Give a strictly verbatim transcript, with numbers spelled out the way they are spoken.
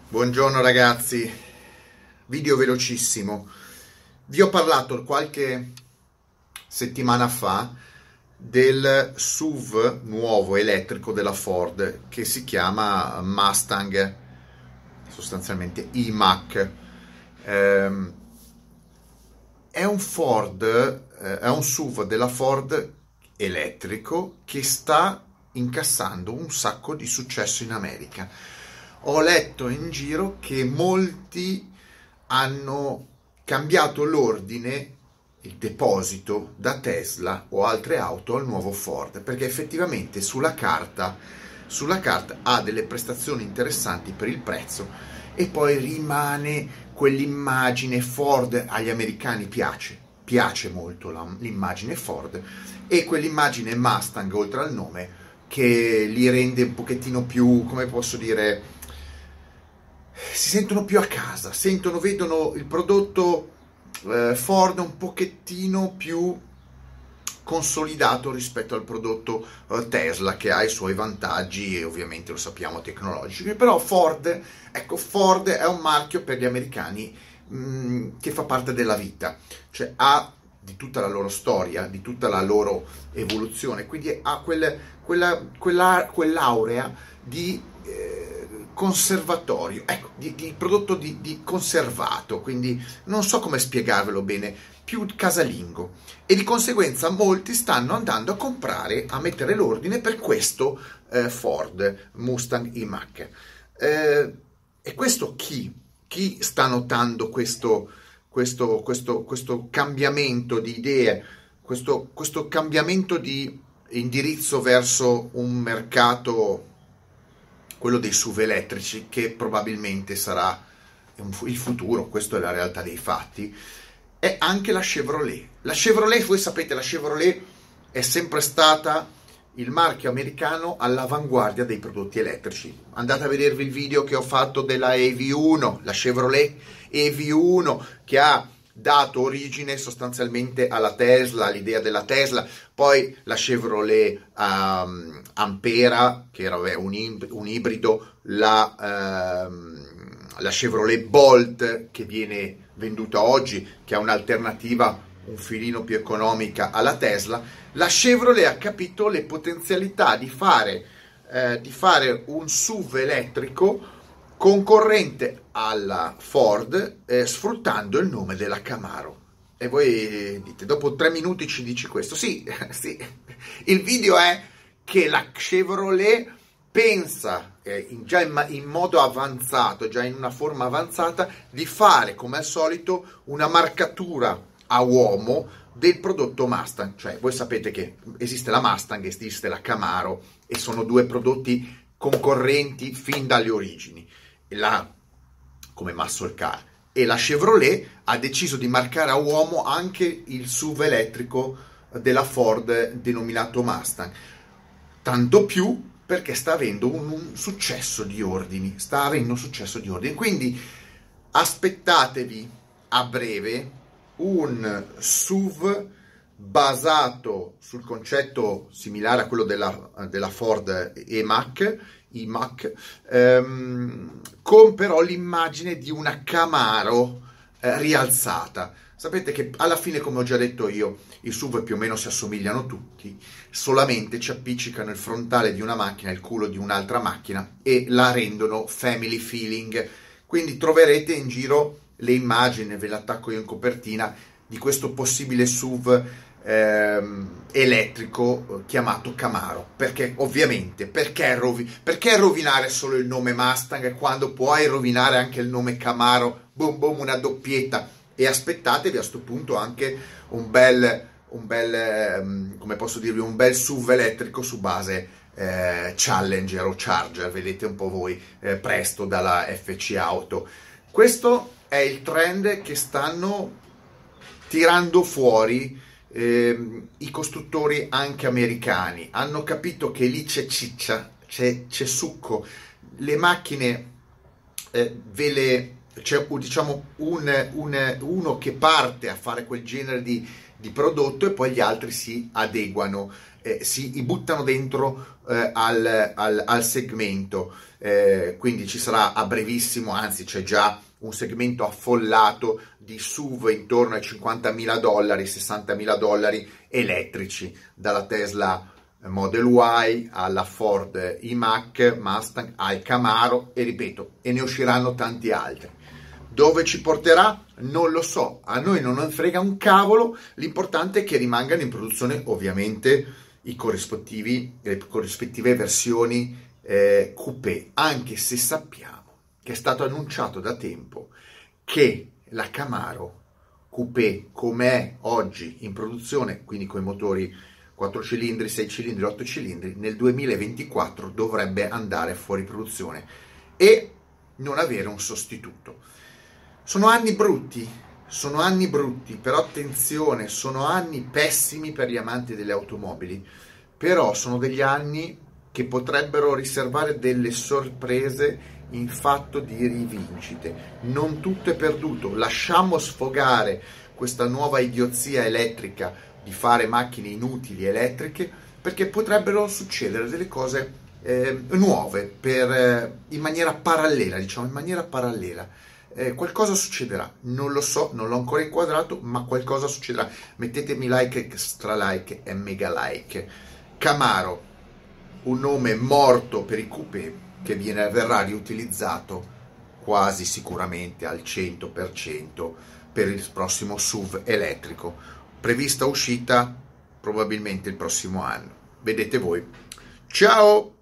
Buongiorno ragazzi, video velocissimo. Vi ho parlato qualche settimana fa del S U V nuovo elettrico della Ford che si chiama Mustang, sostanzialmente I-Mach. Ehm, è un Ford, eh, è un S U V della Ford elettrico che sta incassando un sacco di successo in America. Ho letto in giro che molti hanno cambiato l'ordine, il deposito da Tesla o altre auto al nuovo Ford, perché effettivamente sulla carta, sulla carta ha delle prestazioni interessanti per il prezzo e poi rimane quell'immagine Ford. Agli americani piace, piace molto la, l'immagine Ford, e quell'immagine Mustang oltre al nome che li rende un pochettino più, come posso dire, si sentono più a casa, sentono, vedono il prodotto eh, Ford un pochettino più consolidato rispetto al prodotto eh, Tesla, che ha i suoi vantaggi e ovviamente lo sappiamo tecnologici. Però Ford, ecco, Ford è un marchio per gli americani mh, che fa parte della vita, cioè ha di tutta la loro storia, di tutta la loro evoluzione, quindi ha quel, quella, quella, quell'aurea di eh, conservatorio, ecco, di, di prodotto di, di conservato, quindi non so come spiegarvelo bene, più casalingo, e di conseguenza molti stanno andando a comprare, a mettere l'ordine per questo eh, Ford Mustang I-Mach. Eh, e questo chi? Chi sta notando questo, questo, questo, questo cambiamento di idee, questo, questo cambiamento di indirizzo verso un mercato, quello dei S U V elettrici, che probabilmente sarà il futuro? Questa è la realtà dei fatti. È anche la Chevrolet. La Chevrolet, voi sapete, la Chevrolet è sempre stata il marchio americano all'avanguardia dei prodotti elettrici. Andate a vedervi il video che ho fatto della E V uno, la Chevrolet E V uno, che ha dato origine sostanzialmente alla Tesla, all'idea della Tesla. Poi la Chevrolet um, Ampera, che era un, ib- un ibrido, la, um, la Chevrolet Bolt, che viene venduta oggi, che ha un'alternativa un filino più economica alla Tesla. La Chevrolet ha capito le potenzialità di fare, eh, di fare un S U V elettrico concorrente alla Ford, eh, sfruttando il nome della Camaro. E voi dite, dopo tre minuti ci dici questo? Sì, sì. Il video è che la Chevrolet pensa, eh, in, già in, in modo avanzato, già in una forma avanzata, di fare, come al solito, una marcatura a uomo del prodotto Mustang. Cioè, voi sapete che esiste la Mustang, esiste la Camaro, e sono due prodotti concorrenti fin dalle origini. E la, come muscle car, e la Chevrolet ha deciso di marcare a uomo anche il S U V elettrico della Ford denominato Mustang, tanto più perché sta avendo un, un successo di ordini, sta avendo un successo di ordini, quindi aspettatevi a breve un S U V basato sul concetto similare a quello della, della Ford E-Mach, I-Mach, ehm, con però l'immagine di una Camaro eh, rialzata. Sapete che alla fine, come ho già detto io, i S U V più o meno si assomigliano tutti, solamente ci appiccicano il frontale di una macchina, il culo di un'altra macchina, e la rendono family feeling. Quindi troverete in giro le immagini, ve le attacco io in copertina, di questo possibile S U V ehm, elettrico chiamato Camaro. Perché ovviamente, perché, rovi- perché rovinare solo il nome Mustang quando puoi rovinare anche il nome Camaro? Boom boom, una doppietta. E aspettatevi a sto punto anche un bel, un bel ehm, come posso dirvi, un bel S U V elettrico su base eh, Challenger o Charger, vedete un po' voi, eh, presto dalla F C Auto. Questo è il trend che stanno tirando fuori eh, i costruttori anche americani. Hanno capito che lì c'è ciccia, c'è, c'è succo. Le macchine eh, ve le c'è diciamo un, un, uno che parte a fare quel genere di, di prodotto e poi gli altri si adeguano, eh, si buttano dentro eh, al, al, al segmento, eh, quindi ci sarà a brevissimo, anzi c'è già un segmento affollato di S U V intorno ai cinquantamila dollari, sessantamila dollari elettrici, dalla Tesla Model Y alla Ford I-Mach, Mustang, al Camaro e ripeto, e ne usciranno tanti altri. Dove ci porterà? Non lo so, a noi non ne frega un cavolo, l'importante è che rimangano in produzione ovviamente i corrispettivi, le corrispettive versioni eh, coupé, anche se sappiamo che è stato annunciato da tempo che la Camaro coupé come è oggi in produzione, quindi con i motori quattro cilindri, sei cilindri, otto cilindri, nel duemilaventiquattro dovrebbe andare fuori produzione e non avere un sostituto. Sono anni brutti, sono anni brutti, però attenzione, sono anni pessimi per gli amanti delle automobili, però sono degli anni che potrebbero riservare delle sorprese in fatto di rivincite. Non tutto è perduto, lasciamo sfogare questa nuova idiozia elettrica di fare macchine inutili elettriche, perché potrebbero succedere delle cose eh, nuove per, eh, in maniera parallela, diciamo in maniera parallela. Eh, qualcosa succederà, non lo so, non l'ho ancora inquadrato, ma qualcosa succederà. Mettetemi like, extra like e mega like. Camaro, un nome morto per i coupé che viene, verrà riutilizzato quasi sicuramente al cento per cento per il prossimo S U V elettrico, prevista uscita probabilmente il prossimo anno. Vedete voi. Ciao!